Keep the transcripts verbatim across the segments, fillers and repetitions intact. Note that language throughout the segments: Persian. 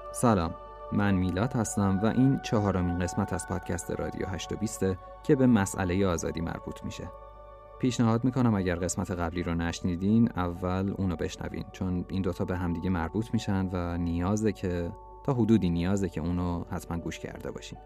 سلام، من میلاد هستم و این چهارمین قسمت از پادکست رادیو هشت و بیست که به مسئله آزادی مربوط میشه. پیشنهاد میکنم اگر قسمت قبلی رو نشنیدین اول اونو بشنوین، چون این دوتا به همدیگه مربوط میشن و نیازه که تا حدودی نیازه که اونو حتما گوش کرده باشین.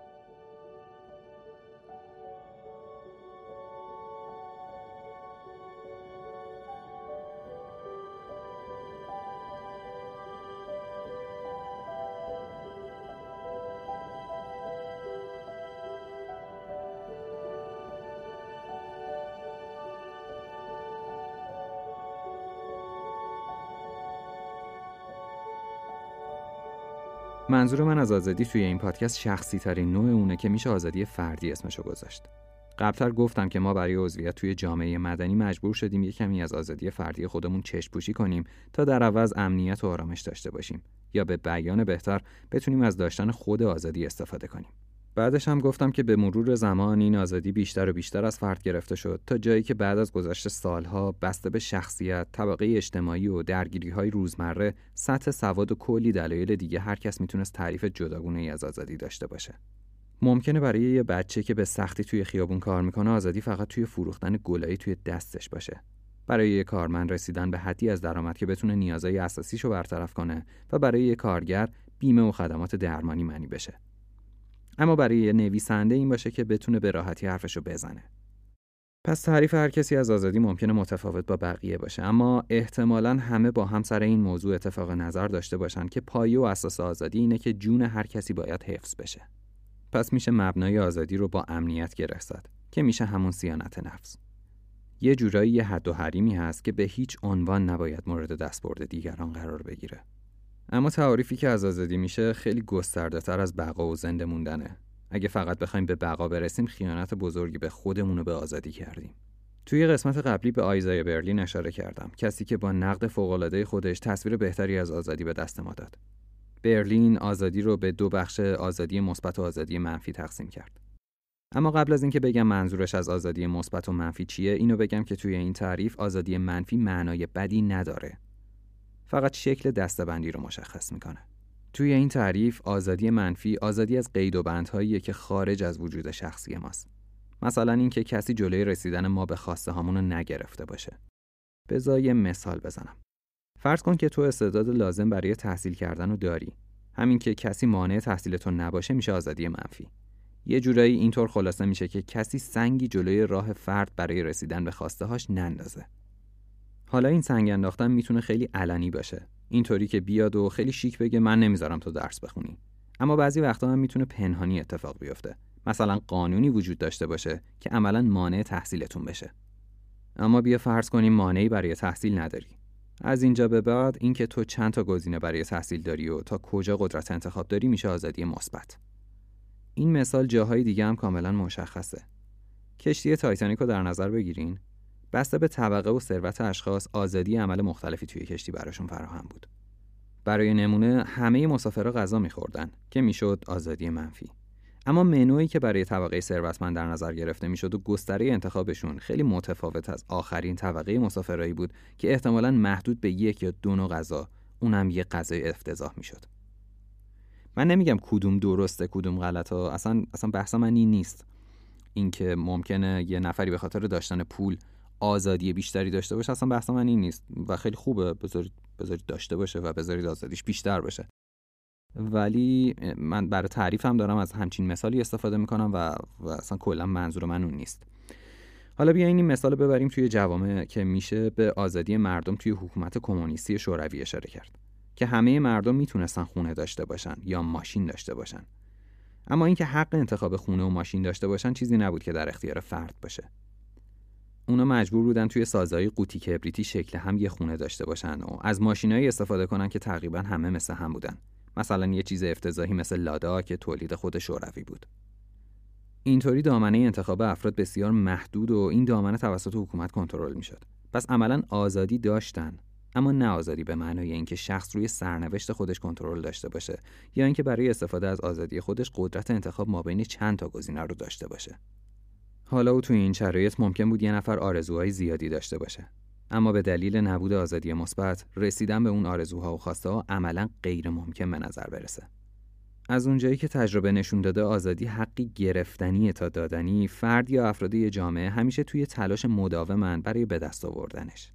منظور من از آزادی توی این پادکست شخصی ترین نوع اونه که میشه آزادی فردی اسمشو گذاشت. قبلتر گفتم که ما برای عضویت توی جامعه مدنی مجبور شدیم یک کمی از آزادی فردی خودمون چشم پوشی کنیم تا در عوض امنیت و آرامش داشته باشیم، یا به بیان بهتر بتونیم از داشتن خود آزادی استفاده کنیم. بعدش هم گفتم که به مرور زمان این آزادی بیشتر و بیشتر از فرد گرفته شد تا جایی که بعد از گذشت سالها بسته به شخصیت، طبقه اجتماعی و درگیری‌های روزمره، سطح سواد و کلی دلایل دیگه هر کس میتونست تعریف جداگونه‌ای از آزادی داشته باشه. ممکنه برای یه بچه که به سختی توی خیابون کار میکنه آزادی فقط توی فروختن گلایی توی دستش باشه. برای یه کارمند رسیدن به حدی از درآمد که بتونه نیازهای اساسیشو برطرف کنه و برای یه کارگر بیمه و خدمات درمانی معنی بشه. اما برای یه نویسنده این باشه که بتونه به راحتی حرفشو بزنه. پس تعریف هر کسی از آزادی ممکنه متفاوت با بقیه باشه، اما احتمالاً همه با هم سر این موضوع اتفاق نظر داشته باشن که پایه و اساس آزادی اینه که جون هر کسی باید حفظ بشه. پس میشه مبنای آزادی رو با امنیت گره زد که میشه همون صیانت نفس. یه جورایی یه حد و حریمی هست که به هیچ عنوان نباید مورد دستبرد دیگران قرار بگیره. اما تعریفی که از آزادی میشه خیلی گسترده‌تر از بقا و زنده موندنه. اگه فقط بخوایم به بقا برسیم خیانت بزرگی به خودمون و به آزادی کردیم. توی قسمت قبلی به آیزای برلین اشاره کردم، کسی که با نقد فوق‌العاده خودش تصویر بهتری از آزادی به دست ما داد. برلین آزادی رو به دو بخش، آزادی مثبت و آزادی منفی تقسیم کرد. اما قبل از اینکه بگم منظورش از آزادی مثبت و منفی چیه، اینو بگم که توی این تعریف آزادی منفی معنای بدی نداره. فقط شکل دسته‌بندی رو مشخص میکنه. توی این تعریف آزادی منفی آزادی از قید و بندهاییه که خارج از وجود شخصی ماست. مثلا این که کسی جلوی رسیدن ما به خواسته هامون رو نگرفته باشه. بذار یه مثال بزنم. فرض کن که تو استعداد لازم برای تحصیل کردن رو داری. همین که کسی مانع تحصیلتون نباشه میشه آزادی منفی. یه جورایی اینطور خلاصه میشه که کسی سنگی جلوی راه فرد برای رسیدن به خواسته هاش نندازه. حالا این سنگ انداختن میتونه خیلی علنی باشه، اینطوری که بیاد و خیلی شیک بگه من نمیذارم تو درس بخونی. اما بعضی وقتا هم میتونه پنهانی اتفاق بیفته. مثلا قانونی وجود داشته باشه که عملاً مانع تحصیلتون بشه. اما بیا فرض کنیم مانعی برای تحصیل نداری. از اینجا به بعد اینکه تو چند تا گزینه برای تحصیل داری و تا کجا قدرت انتخاب داری میشه آزادی مثبت. این مثال جاهای دیگه هم کاملاً مشخصه. کشتی تایتانیک رو در نظر بگیرین. بسته به طبقه و ثروت اشخاص آزادی عمل مختلفی توی کشتی براشون فراهم بود. برای نمونه همه مسافرها غذا می‌خوردن که میشد آزادی منفی. اما منویی که برای طبقه ثروتمند در نظر گرفته میشد و گستره انتخابشون خیلی متفاوت از آخرین طبقه مسافرایی بود که احتمالاً محدود به یک یا دو نوع غذا، اونم یک غذای افتضاح میشد. من نمیگم کدوم درسته کدوم غلطه، اصلا اصلا بحث من این نیست. اینکه ممکنه یه نفری به خاطر داشتن پول آزادی بیشتری داشته باشه، اصلا بحث من این نیست و خیلی خوبه بذارید بذارید داشته باشه و بذارید آزادیش بیشتر باشه. ولی من برای تعریفم دارم از همچین مثالی استفاده میکنم و, و اصلا کلا منظور من اون نیست. حالا بیاین این مثال ببریم توی جوامع که میشه به آزادی مردم توی حکومت کمونیستی شوروی اشاره کرد که همه مردم میتونستن خونه داشته باشن یا ماشین داشته باشن. اما اینکه حق انتخاب خونه و ماشین داشته باشن چیزی نبود که در اختیار فرد باشه. اونا مجبور بودن توی سازهای قوطی کبریتی شکل هم یه خونه داشته باشن و از ماشینایی استفاده کنن که تقریبا همه مثل هم بودن. مثلا یه چیز افتضاحی مثل لادا که تولید خود شوروی بود. اینطوری دامنه انتخاب افراد بسیار محدود و این دامنه توسط حکومت کنترل میشد. پس عملاً آزادی داشتن، اما نه آزادی به معنای اینکه شخص روی سرنوشت خودش کنترل داشته باشه یا اینکه برای استفاده از آزادی خودش قدرت انتخاب مابین چند تا گزینه رو داشته باشه. حالا و توی این شرایط ممکن بود یه نفر آرزوهای زیادی داشته باشه. اما به دلیل نبود آزادی مثبت، رسیدن به اون آرزوها و خواسته‌ها عملاً غیر ممکن به نظر برسه. از اونجایی که تجربه نشون داده آزادی حقی گرفتنیه تا دادنی، فرد یا افراد یه جامعه همیشه توی تلاش مداومن برای به دست آوردنش.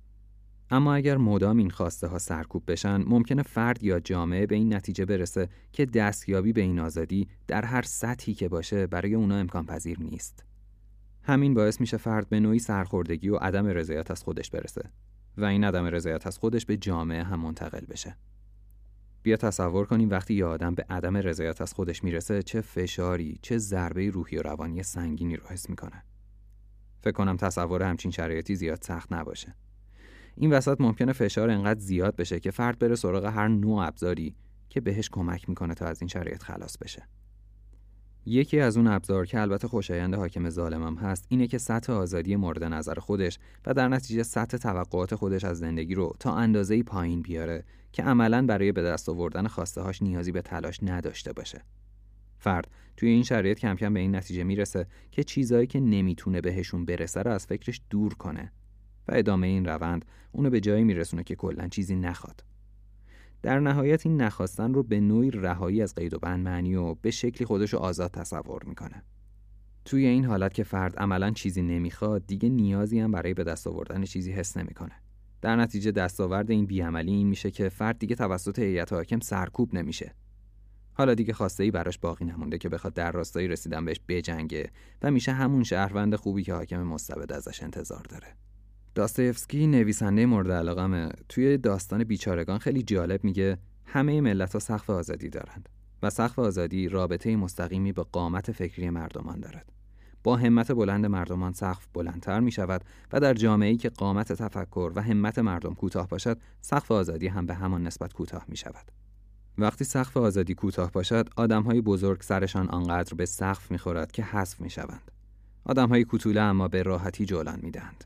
اما اگر مدام این خواسته ها سرکوب بشن، ممکنه فرد یا جامعه به این نتیجه برسه که دستیابی به این آزادی در هر سطحی که باشه برای اونا امکان پذیر نیست. همین باعث میشه فرد به نوعی سرخوردگی و عدم رضایت از خودش برسه و این عدم رضایت از خودش به جامعه هم منتقل بشه. بیا تصور کنیم وقتی یه آدم به عدم رضایت از خودش میرسه چه فشاری، چه ضربه روحی و روانی سنگینی رو حس میکنه. فکر کنم تصور همچین شرایطی زیاد سخت نباشه. این وسط ممکنه فشار انقدر زیاد بشه که فرد بره سراغ هر نوع ابزاری که بهش کمک میکنه تا از این شرایط خلاص بشه. یکی از اون ابزار که البته خوشایند حاکم ظالمم هست اینه که سطح آزادی مورد نظر خودش و در نتیجه سطح توقعات خودش از زندگی رو تا اندازه‌ای پایین بیاره که عملاً برای به دست آوردن خواسته‌هاش نیازی به تلاش نداشته باشه. فرد توی این شرایط کم کم به این نتیجه میرسه که چیزایی که نمیتونه بهشون برسه رو از فکرش دور کنه و ادامه این روند اونو به جایی میرسونه که کلاً چیزی نخواد. در نهایت این نخواستن رو به نوعی رهایی از قید و بند معنی و به شکلی خودشو آزاد تصور میکنه. توی این حالت که فرد عملاً چیزی نمیخواد، دیگه نیازی هم برای به دست آوردن چیزی حس نمیکنه. در نتیجه دستاورد این بیعملی این میشه که فرد دیگه توسط هیئت حاکم سرکوب نمیشه. حالا دیگه خواسته‌ای براش باقی نمونده که بخواد در راستای رسیدن بهش بجنگه و میشه همون شهروند خوبی که حاکم مستبد ازش انتظار داره. داستایفسکی نویسنده مورد علاقمه توی داستان بیچارگان خیلی جالب میگه همه ملت‌ها سقف آزادی دارند و سقف آزادی رابطه مستقیمی به قامت فکری مردمان دارد. با همت بلند مردمان سقف بلندتر می شود و در جامعه‌ای که قامت تفکر و همت مردم کوتاه باشد، سقف آزادی هم به همان نسبت کوتاه می شود. وقتی سقف آزادی کوتاه باشد، آدم‌های بزرگ سرشان آنقدر به سقف می‌خورد که حذف می‌شوند. آدم‌های کوتوله اما به راحتی جولان می‌دهند.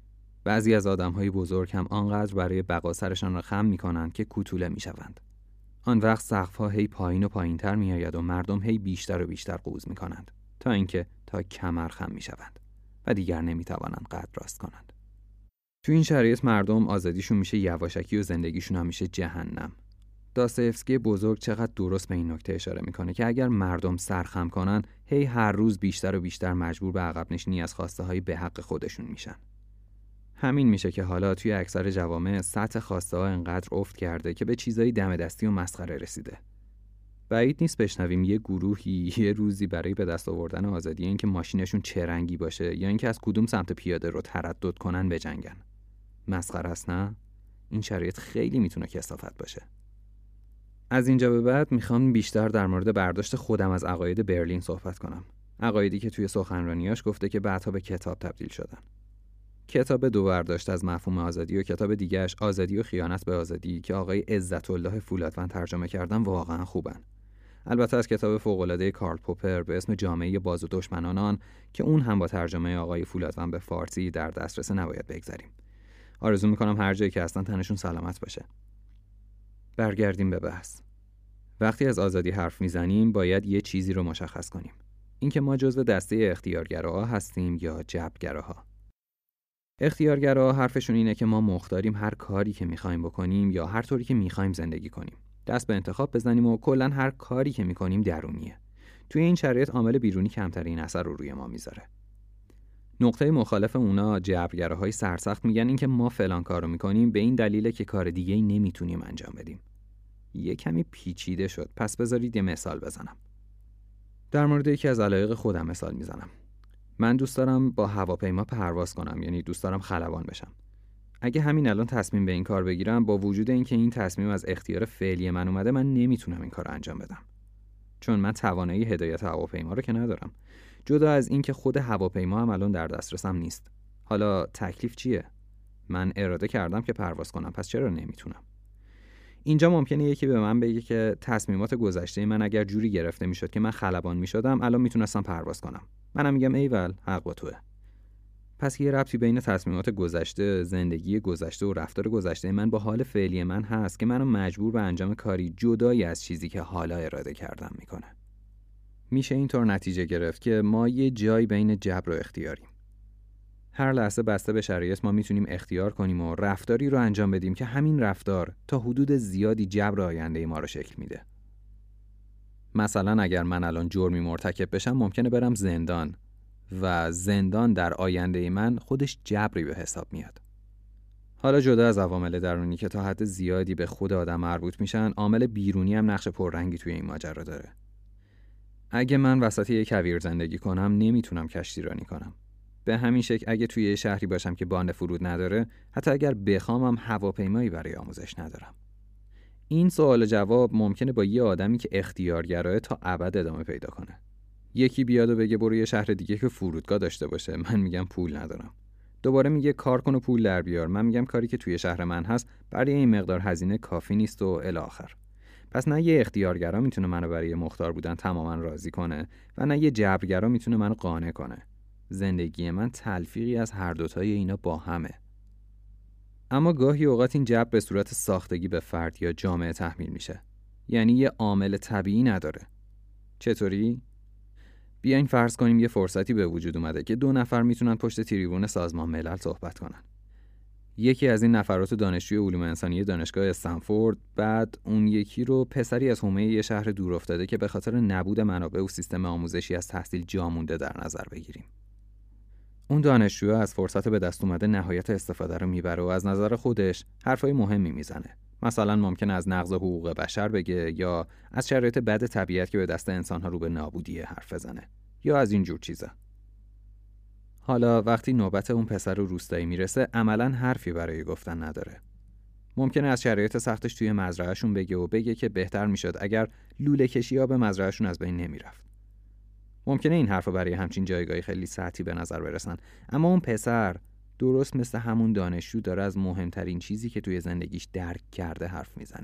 بعضی از آدم‌های بزرگ هم آنقدر برای بقا سرشان را خم می‌کنند که کوتوله می‌شوند. آن وقت سقف‌ها هی پایین و پایین‌تر می‌آید و مردم هی بیشتر و بیشتر قوز می‌کنند تا اینکه تا کمر خم می‌شوند و دیگر نمی‌توانند قد راست کنند. تو این شرایط مردم آزادیشون میشه یواشکی و زندگیشون هم میشه جهنم. داستایفسکی بزرگ چقدر درست به این نکته اشاره میکنه که اگر مردم سرخم کنن، هی هر روز بیشتر و بیشتر مجبور به عقب نشینی از خواسته های به حق خودشون میشن. همین میشه که حالا توی اکثر جوامع سطح خواسته ها انقدر افت کرده که به چیزای دم دستی و مسخره رسیده. بعید نیست بشنویم یه گروهی یه روزی برای به دست آوردن آزادی اینکه ماشینشون چه رنگی باشه یا اینکه از کدوم سمت پیاده رو تردد کنن بجنگن. مسخره است نه؟ این شرایط خیلی میتونه کثافت باشه. از اینجا به بعد میخوام بیشتر در مورد برداشت خودم از عقاید برلین صحبت کنم. عقایدی که توی سخنرانیاش گفته که بعدها به کتاب تبدیل شدن. کتاب دو برداشت از مفهوم آزادی و کتاب دیگه‌اش آزادی و خیانت به آزادی که آقای عزت الله فولادوند ترجمه کردن واقعا خوبن. البته از کتاب فوق‌العاده کارل پوپر به اسم جامعه باز و دشمنان آن که اون هم با ترجمه آقای فولادوند به فارسی در دسترس نباید بگذاریم. آرزو میکنم هر جایی که هستن تنشون سلامت باشه. برگردیم به بحث. وقتی از آزادی حرف میزنیم باید یه چیزی رو مشخص کنیم. اینکه ما جزو دسته اختیارگراها هستیم یا جبرگراها. اختیارگراها حرفشون اینه که ما مختاریم هر کاری که میخوایم بکنیم یا هر طوری که میخوایم زندگی کنیم. دست به انتخاب بزنیم و کلاً هر کاری که میکنیم درونیه. توی این شرایط عامل بیرونی کمترین اثر رو روی ما میذاره. نقطه مخالف اونا جبرگراهای سرسخت میگن اینکه ما فلان کارو میکنیم به این دلیله که کار دیگه‌ای نمیتونیم انجام بدیم. یه کمی پیچیده شد، پس بذارید یه مثال بزنم. در مورد یکی از علایق خودم مثال میزنم. من دوست دارم با هواپیما پرواز کنم، یعنی دوست دارم خلبان بشم. اگه همین الان تصمیم به این کار بگیرم، با وجود اینکه این تصمیم از اختیار فعلی من اومده، من نمیتونم این کارو انجام بدم. چون من توانایی هدایت هواپیما رو که ندارم. جدا از این که خود هواپیما هم الان در دسترسم نیست. حالا تکلیف چیه؟ من اراده کردم که پرواز کنم، پس چرا نمیتونم؟ اینجا ممکنه یکی به من بگه که تصمیمات گذشته من اگر جوری گرفته میشد که من خلبان میشدم، الان میتونستم پرواز کنم. منم میگم ایول، حق با توئه. پس یه ربطی بین تصمیمات گذشته، زندگی گذشته و رفتار گذشته من با حال فعلی من هست که منو مجبور به انجام کاری جدایی از چیزی که حالا اراده کردم میکنه. میشه اینطور نتیجه گرفت که ما یه جای بین جبر و اختیاریم. هر لحظه بسته به شرایط ما میتونیم اختیار کنیم و رفتاری رو انجام بدیم که همین رفتار تا حدود زیادی جبر آینده ما رو شکل میده. مثلا اگر من الان جرمی مرتکب بشم ممکنه برم زندان و زندان در آینده من خودش جبری به حساب میاد. حالا جدا از عوامل درونی که تا حد زیادی به خود آدم مربوط میشن، عامل بیرونی هم نقش پررنگی توی این ماجرا داره. اگه من وسط یک کویر زندگی کنم نمیتونم کشتی رانی کنم. به همین شکل اگه توی یه شهری باشم که باند فرود نداره، حتی اگر بخوامم هواپیمایی برای آموزش ندارم. این سوال جواب ممکنه با یه آدمی که اختیارگراه تا ابد ادامه پیدا کنه. یکی بیاد و بگه برو یه شهر دیگه که فرودگاه داشته باشه، من میگم پول ندارم. دوباره میگه کار کن و پول در بیار، من میگم کاری که توی شهر من هست برای این مقدار هزینه کافی نیست و الی آخر. پس نه یه اختیارگرا میتونه منو برای مختار بودن تماما راضی کنه و نه یه جبرگرا میتونه منو قانع کنه. زندگی من تلفیقی از هر دوتای اینا با همه. اما گاهی اوقات این جبر به صورت ساختگی به فرد یا جامعه تحمیل میشه. یعنی یه عامل طبیعی نداره. چطوری؟ بیاین فرض کنیم یه فرصتی به وجود اومده که دو نفر میتونن پشت تریبون سازمان ملل صحبت کنن. یکی از این نفرات دانشجوی علوم انسانی دانشگاه استنفورد، بعد اون یکی رو پسری از حومه یه شهر دورافتاده که به خاطر نبود منابع و سیستم آموزشی از تحصیل جا مونده در نظر بگیریم. اون دانشجو از فرصت به دست اومده نهایت استفاده رو میبره و از نظر خودش حرفای مهمی میزنه. مثلا ممکنه از نقض حقوق بشر بگه یا از شرایط بد طبیعت که به دست انسان‌ها رو به نابودی حرف بزنه یا از این جور چیزا. حالا وقتی نوبت اون پسر رو روستایی میرسه عملاً حرفی برای گفتن نداره. ممکنه از شرایط سختش توی مزرعه‌شون بگه و بگه که بهتر میشد اگر لوله کشی‌ها به مزرعه‌شون از بین نمیرفت. ممکنه این حرفا برای همچین جایگاهی خیلی سطحی به نظر برسن، اما اون پسر درست مثل همون دانشجو داره از مهمترین چیزی که توی زندگیش درک کرده حرف میزنه.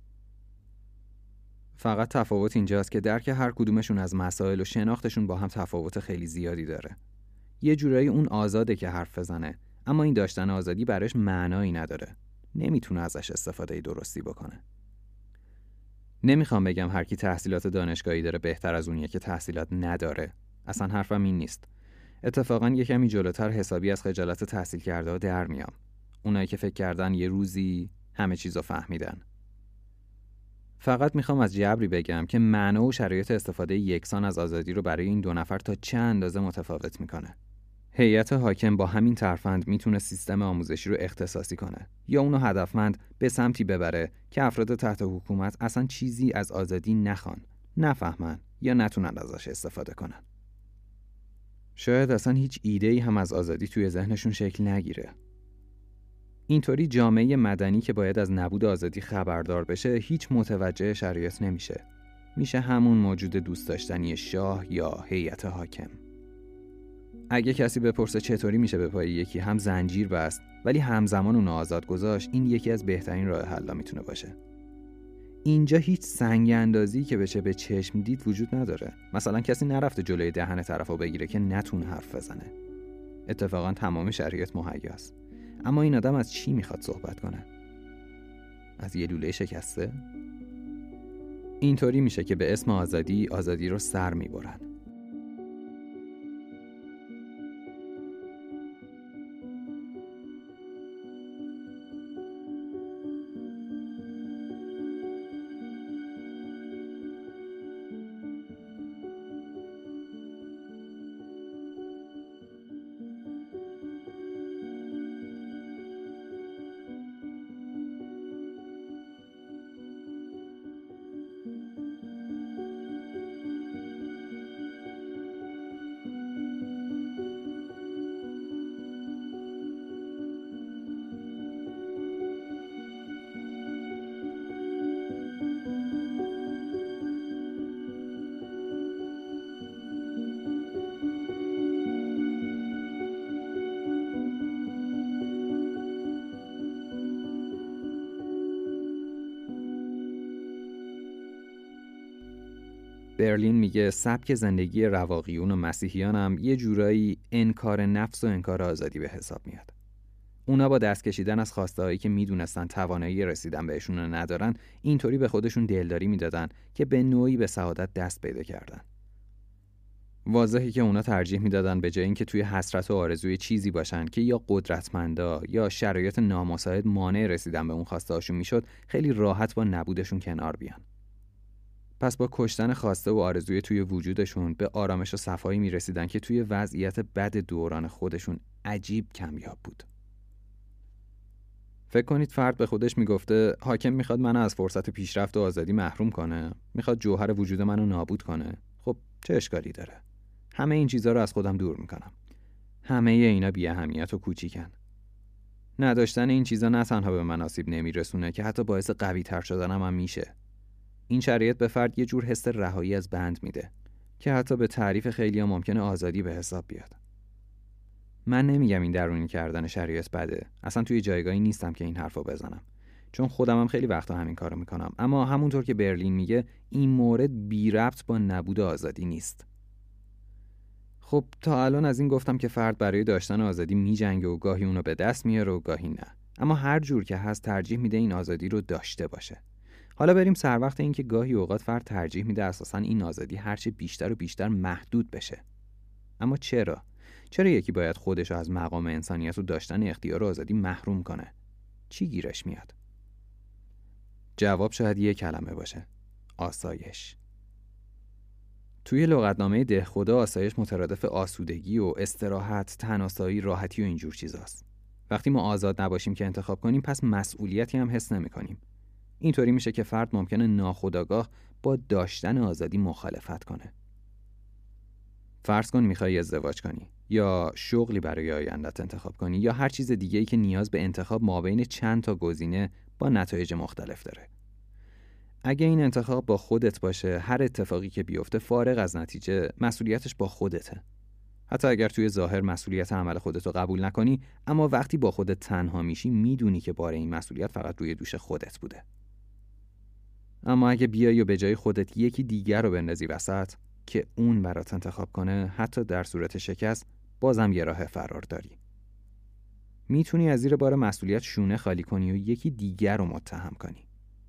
فقط تفاوت اینجاست که درک هر کدومشون از مسائل و شناختشون با هم تفاوت خیلی زیادی داره. یه جورایی اون آزاده که حرف بزنه، اما این داشتن آزادی براش معنایی نداره. نمیتونه ازش استفاده درستی بکنه. نمیخوام بگم هر کی تحصیلات دانشگاهی داره بهتر از اونیه که تحصیلات نداره. اصلا حرفم این نیست. اتفاقا یه کمی جلوتر حسابی از خجالت تحصیل کرده ها در میام. اونایی که فکر کردن یه روزی همه چیزو فهمیدن. فقط میخوام از جبری بگم که معنا و شرایط استفاده یکسان از آزادی رو برای این دو نفر تا چه اندازه متفاوت میکنه. هیئت حاکم با همین ترفند میتونه سیستم آموزشی رو اختصاصی کنه یا اونو هدفمند به سمتی ببره که افراد تحت حکومت اصلا چیزی از آزادی نخوان، نفهمن یا نتونن ازش استفاده کنن. شاید اصلا هیچ ایده‌ای هم از آزادی توی ذهنشون شکل نگیره. اینطوری جامعه مدنی که باید از نبود آزادی خبردار بشه هیچ متوجه شرایط نمیشه. میشه همون موجود دوست داشتنی شاه یا هیئت حاکم. اگه کسی بپرسه چطوری میشه به پای یکی هم زنجیر بست ولی همزمان اون آزاد گذاشت، این یکی از بهترین راه حل‌ها میتونه باشه. اینجا هیچ سنگ اندازی که بشه به چشم دید وجود نداره. مثلا کسی نرفته جلوی دهن طرفو بگیره که نتونه حرف بزنه. اتفاقا تمام شرایط مهیاست. اما این آدم از چی میخواد صحبت کنه؟ از یه لوله شکسته؟ اینطوری میشه که به اسم آزادی آزادی رو سر میبرن. برلین میگه سبک زندگی رواقیون و مسیحیان هم یه جورایی انکار نفس و انکار آزادی به حساب میاد. اونا با دست کشیدن از خواسته‌هایی که میدونستن توانایی رسیدن بهشون رو ندارن، اینطوری به خودشون دلداری میدادن که به نوعی به سعادت دست پیدا کردن. واضحه که اونا ترجیح میدادن به جای اینکه توی حسرت و آرزوی چیزی باشن که یا قدرتمندا یا شرایط نامساعد مانع رسیدن به اون خواسته هاشون میشد، خیلی راحت با نبودشون کنار بیان. پس با کشتن خواسته و آرزوی توی وجودشون به آرامش و صفایی میرسیدن که توی وضعیت بد دوران خودشون عجیب کمیاب بود. فکر کنید فرد به خودش میگفته حاکم میخواد منو از فرصت پیشرفت و آزادی محروم کنه، میخواد جوهر وجود منو نابود کنه. خب چه اشکالی داره؟ همه این چیزها رو از خودم دور میکنم. همه اینا بی اهمیت و کوچیکن. نداشتن این چیزا نه تنها به من آسیب نمیرسونه که حتی باعث قوی تر شدنم هم میشه. این شرایط به فرد یه جور حس رهایی از بند میده که حتی به تعریف خیلی‌ها ممکنه آزادی به حساب بیاد. من نمیگم این درونی کردن شرایط بده. اصلا توی جایگاهی نیستم که این حرفو بزنم. چون خودم هم خیلی وقتا همین کارو میکنم. اما همونطور که برلین میگه این مورد بی ربط با نبود آزادی نیست. خب تا الان از این گفتم که فرد برای داشتن آزادی میجنگه و گاهی اونو به دست میاره و گاهی نه. اما هر جور که هست ترجیح میده این آزادی رو داشته باشه. حالا بریم سر وقت این که گاهی اوقات فرد ترجیح میده اساساً این آزادی هرچه بیشتر و بیشتر محدود بشه. اما چرا؟ چرا یکی باید خودش رو از مقام انسانیت و داشتن اختیار و آزادی محروم کنه؟ چی گیرش میاد؟ جواب شاید یک کلمه باشه: آسایش. توی لغتنامه دهخدا آسایش مترادف آسودگی و استراحت، تناسایی، راحتی و اینجور چیزاست. وقتی ما آزاد نباشیم که انتخاب کنیم، پس مسئولیتی هم حس نمی‌کنیم. اینطوری میشه که فرد ممکنه ناخودآگاه با داشتن آزادی مخالفت کنه. فرض کن میخوای ازدواج کنی یا شغلی برای آیندت انتخاب کنی یا هر چیز دیگه‌ای که نیاز به انتخاب مابین چند تا گزینه با نتایج مختلف داره. اگه این انتخاب با خودت باشه، هر اتفاقی که بیفته فارغ از نتیجه مسئولیتش با خودته. حتی اگر توی ظاهر مسئولیت عمل خودت رو قبول نکنی، اما وقتی با خودت تنها میشی میدونی که بار این مسئولیت فقط روی دوش خودت بوده. اما اگه بیای و به جای خودت یکی دیگر رو بندازی وسط که اون برات انتخاب کنه، حتی در صورت شکست بازم یه راه فرار داری. میتونی از زیر بار مسئولیت شونه خالی کنی و یکی دیگر رو متهم کنی.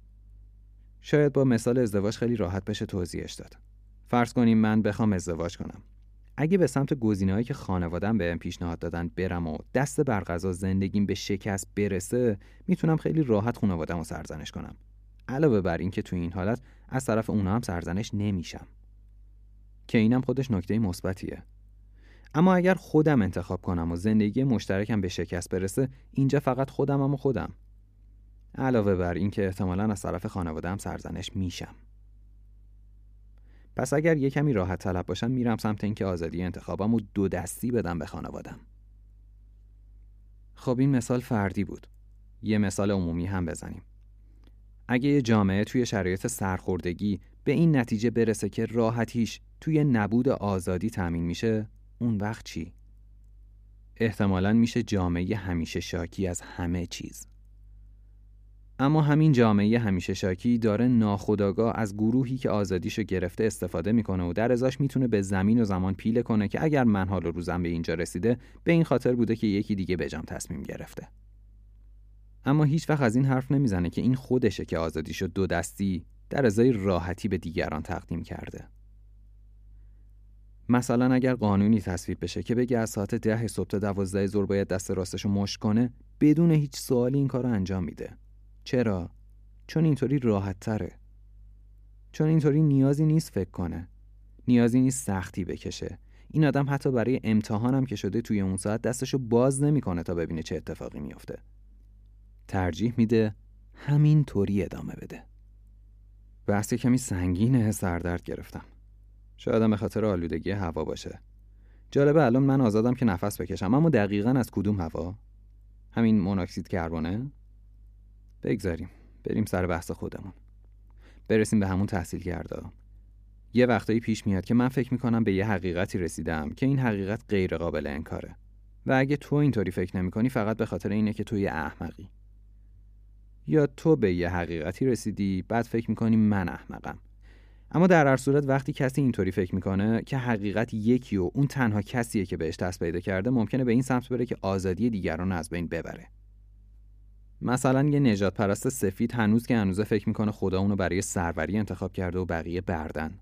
شاید با مثال ازدواج خیلی راحت بشه توضیحش داد. فرض کنیم من بخوام ازدواج کنم. اگه به سمت گزینه‌هایی که خانواده‌ام بهم پیشنهاد دادن برم و دست بر قضا زندگیم به شکست برسه، میتونم خیلی راحت خانواده‌مو سرزنش کنم. علاوه بر این که توی این حالت از طرف اونها هم سرزنش نمیشم. که اینم خودش نکته مثبتیه. اما اگر خودم انتخاب کنم و زندگی مشترکم به شکست برسه، اینجا فقط خودمم و خودم. علاوه بر این که احتمالاً از طرف خانواده‌ام سرزنش میشم. پس اگر یه کمی راحت طلب باشم، میرم سمت این که آزادی انتخابم رو دو دستی بدم به خانواده‌ام. خب این مثال فردی بود. یه مثال عمومی هم بزنیم. اگه یه جامعه توی شرایط سرخوردگی به این نتیجه برسه که راحتیش توی نبود آزادی تامین میشه، اون وقت چی؟ احتمالاً میشه جامعه همیشه شاکی از همه چیز. اما همین جامعه همیشه شاکی داره ناخودآگاه از گروهی که آزادیشو گرفته استفاده میکنه و در ازاش میتونه به زمین و زمان پیله کنه که اگر من حال و روزم به اینجا رسیده، به این خاطر بوده که یکی دیگه بجام تصمیم گرفته. اما هیچ وقت از این حرف نمیزنه که این خودشه که آزادیشو دو دستی در ازای راحتی به دیگران تقدیم کرده. مثلا اگر قانونی تصویب بشه که بگه از ساعت ده صبح تا دوازده ظهر باید دست راستشو مشت کنه، بدون هیچ سوالی این کارو انجام میده. چرا؟ چون اینطوری راحت تره. چون اینطوری نیازی نیست فکر کنه. نیازی نیست سختی بکشه. این آدم حتی برای امتحانم که شده توی اون ساعت دستشو باز نمیکنه تا ببینه چه اتفاقی میفته. ترجیح میده همین طوری ادامه بده. بحث کمی سنگینه، سردرد گرفتم. شاید هم به خاطر آلودگی هوا باشه. جالبه الان من آزادم که نفس بکشم، اما دقیقاً از کدوم هوا؟ همین مونوکسید کربونه؟ بگذاریم بریم سر بحث خودمون. برسیم به همون تحصیل کرده. یه وقتایی پیش میاد که من فکر میکنم به یه حقیقتی رسیدم که این حقیقت غیر قابل انکاره. و اگه تو اینطوری فکر نمیکنی فقط به خاطر اینه که تو یه احمقی. یا تو به یه حقیقتی رسیدی بعد فکر میکنی من احمقم. اما در هر صورت وقتی کسی اینطوری فکر میکنه که حقیقت یکی و اون تنها کسیه که بهش دست پیدا کرده، ممکنه به این سمت بره که آزادی دیگران از بین ببره. مثلا یه نژاد پرست سفید هنوز که هنوزه فکر میکنه خدا اونو برای سروری انتخاب کرده و بقیه بردن.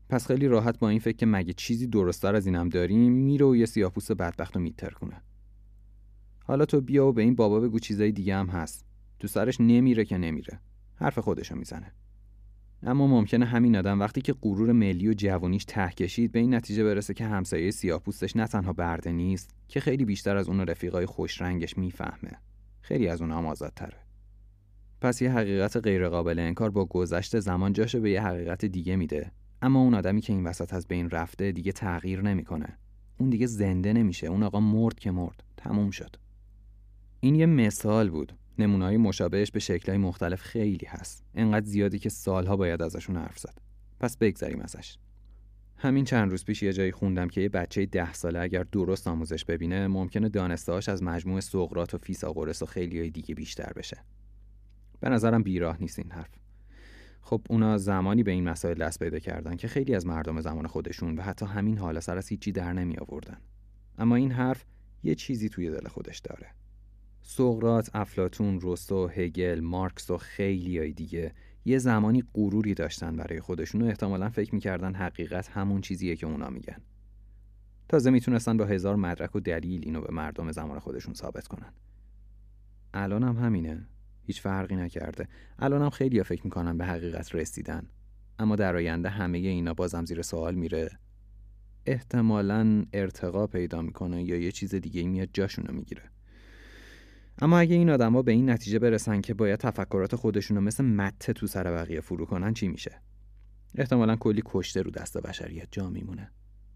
پس خیلی راحت با این فکر که مگه چیزی درست‌تر از اینم داریم میره و یه سیاه‌پوست بدبخت رو میترکونه. حالا تو بیا و به این بابا بگو چیزای دیگه هم هست. تو سرش نمیره که نمیره. حرف خودشو میزنه. اما ممکنه همین آدم وقتی که غرور ملی و جوونیش ته کشید به این نتیجه برسه که همسایه سیاه‌پوستش نه تنها برده نیست که خیلی بیشتر از اون رفیقای خوش رنگش میفهمه. خیلی از اونها هم آزادتره. پس یه حقیقت غیر قابل انکار با گذشت زمان جاشو به یه حقیقت دیگه میده. اما اون آدمی که این وسط از بین رفته دیگه تغییر نمیکنه. اون دیگه زنده نمیشه. اون آقا مرد که مرد. تموم شد. این یه مثال بود. نمونه‌های مشابهش به شکل‌های مختلف خیلی هست. انقدر زیادی که سالها باید ازشون حرف زد. پس بگذریم ازش. همین چند روز پیش یه جایی خوندم که یه بچه ده ساله اگر درست آموزش ببینه ممکنه دانسته‌هاش از مجموع سقراط و فیثاغورس و خیلی‌های دیگه بیشتر بشه. به نظرم بیراه نیست این حرف. خب اونا زمانی به این مسائل دست پیدا کردن که خیلی از مردم زمان خودشون و حتی همین حالا سر از هیچی در نمی آوردن. اما این حرف یه چیزی توی دل خودش داره. سقراط، افلاطون، روسو، هگل، مارکس و خیلیای دیگه یه زمانی غروری داشتن برای خودشون و احتمالاً فکر می‌کردن حقیقت همون چیزیه که اونا میگن. تازه میتونستن با هزار مدرک و دلیل اینو به مردم زمان خودشون ثابت کنن. الان هم همینه. هیچ فرقی نکرده. الان هم خیلی‌ها فکر می‌کنن به حقیقت رسیدن. اما در آینده همه اینا بازم زیر سوال میره. احتمالاً ارتقا پیدا میکنه یا یه چیز دیگه میاد جاشونو میگیره. اما اگه این آدما به این نتیجه برسن که باید تفکرات خودشونو مثل مته تو سر بقیه فرو کنن چی میشه؟ احتمالاً کلی کشته رو دست بشریت جا میمونه.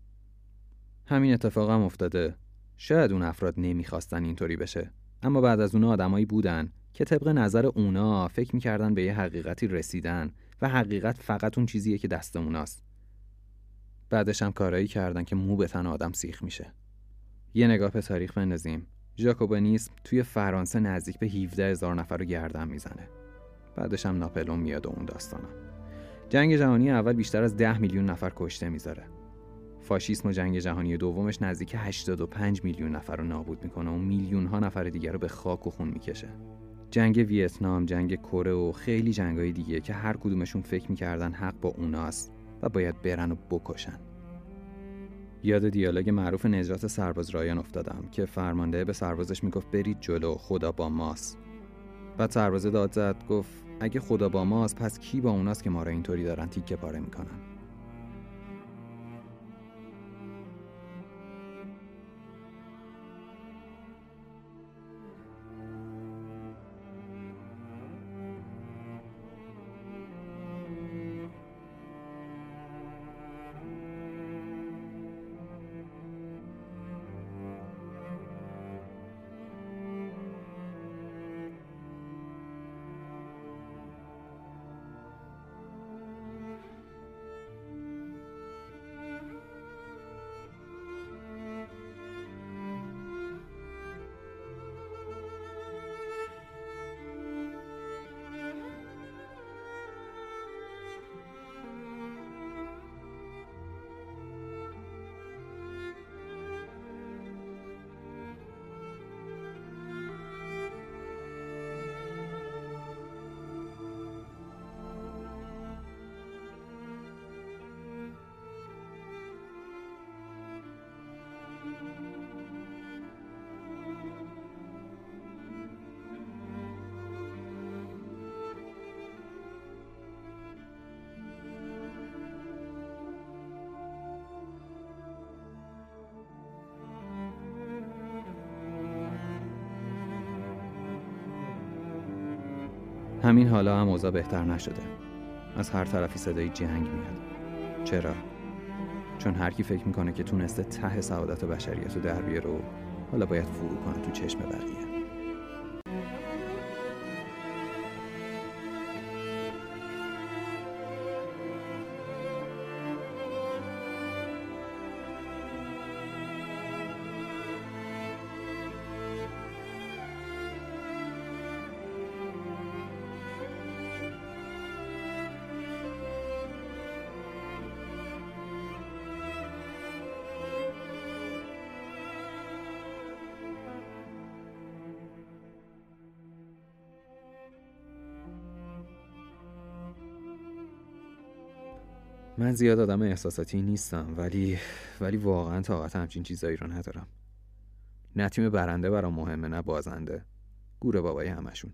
همین اتفاق هم افتاده. شاید اون افراد نمیخواستن اینطوری بشه، اما بعد از اون آدمایی بودن که طبق نظر اونا فکر میکردن به یه حقیقتی رسیدن و حقیقت فقط اون چیزیه که دست اوناست. بعدش هم کارایی کردن که مو به تن آدم سیخ میشه. یه نگاه به تاریخ بندازیم. ژاکوبانیسم توی فرانسه نزدیک به هفده هزار نفر رو گردن میزنه. بعدش هم ناپلئون میاد و اون داستانا. جنگ جهانی اول بیشتر از ده میلیون نفر کشته میذاره. فاشیسم و جنگ جهانی دومش نزدیک هشتاد و پنج میلیون نفر رو نابود میکنه و میلیون ها نفر دیگر رو به خاک و خون میکشه. جنگ ویتنام، جنگ کره و خیلی جنگای دیگه که هر کدومشون فکر میکردن حق با اوناست و باید برن و بکشن. یاد دیالوگ معروف نجات سرباز رایان افتادم که فرمانده به سربازش میگفت برید جلو، خدا با ماست. بعد سرباز داد زد گفت اگه خدا با ماست پس کی با اوناست که ما رو اینطوری دارن تیکه پاره میکنن؟ همین حالا هم اوضاع بهتر نشده. از هر طرفی صدای جنگ میاد. چرا؟ چون هر کی فکر میکنه که تونسته ته سعادت بشریت رو در بیاره و حالا باید فرو کنه تو چشم بقیه. من زیاد آدم احساساتی نیستم، ولی ولی واقعا طاقت همچین چیزایی رو ندارم. نه تیم برنده برام مهمه نه بازنده. گوره بابای همشون.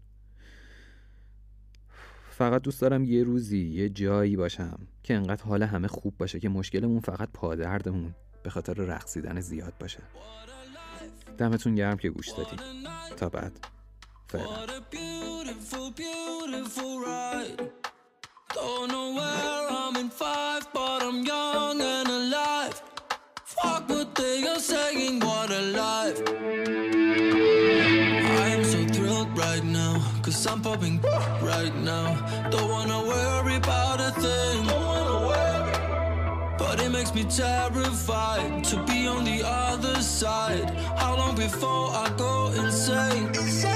فقط دوست دارم یه روزی یه جایی باشم که انقدر حال همه خوب باشه که مشکلمون فقط پادردمون به خاطر رقصیدن زیاد باشه. دمتون گرم که گوش دادی. تا بعد. فعلا. Don't know where I'm in five, but I'm young and alive. Fuck what they are saying, what a life. I am so thrilled right now, cause I'm popping right now. Don't wanna worry about a thing, don't wanna worry. But it makes me terrified to be on the other side. How long before I go insane?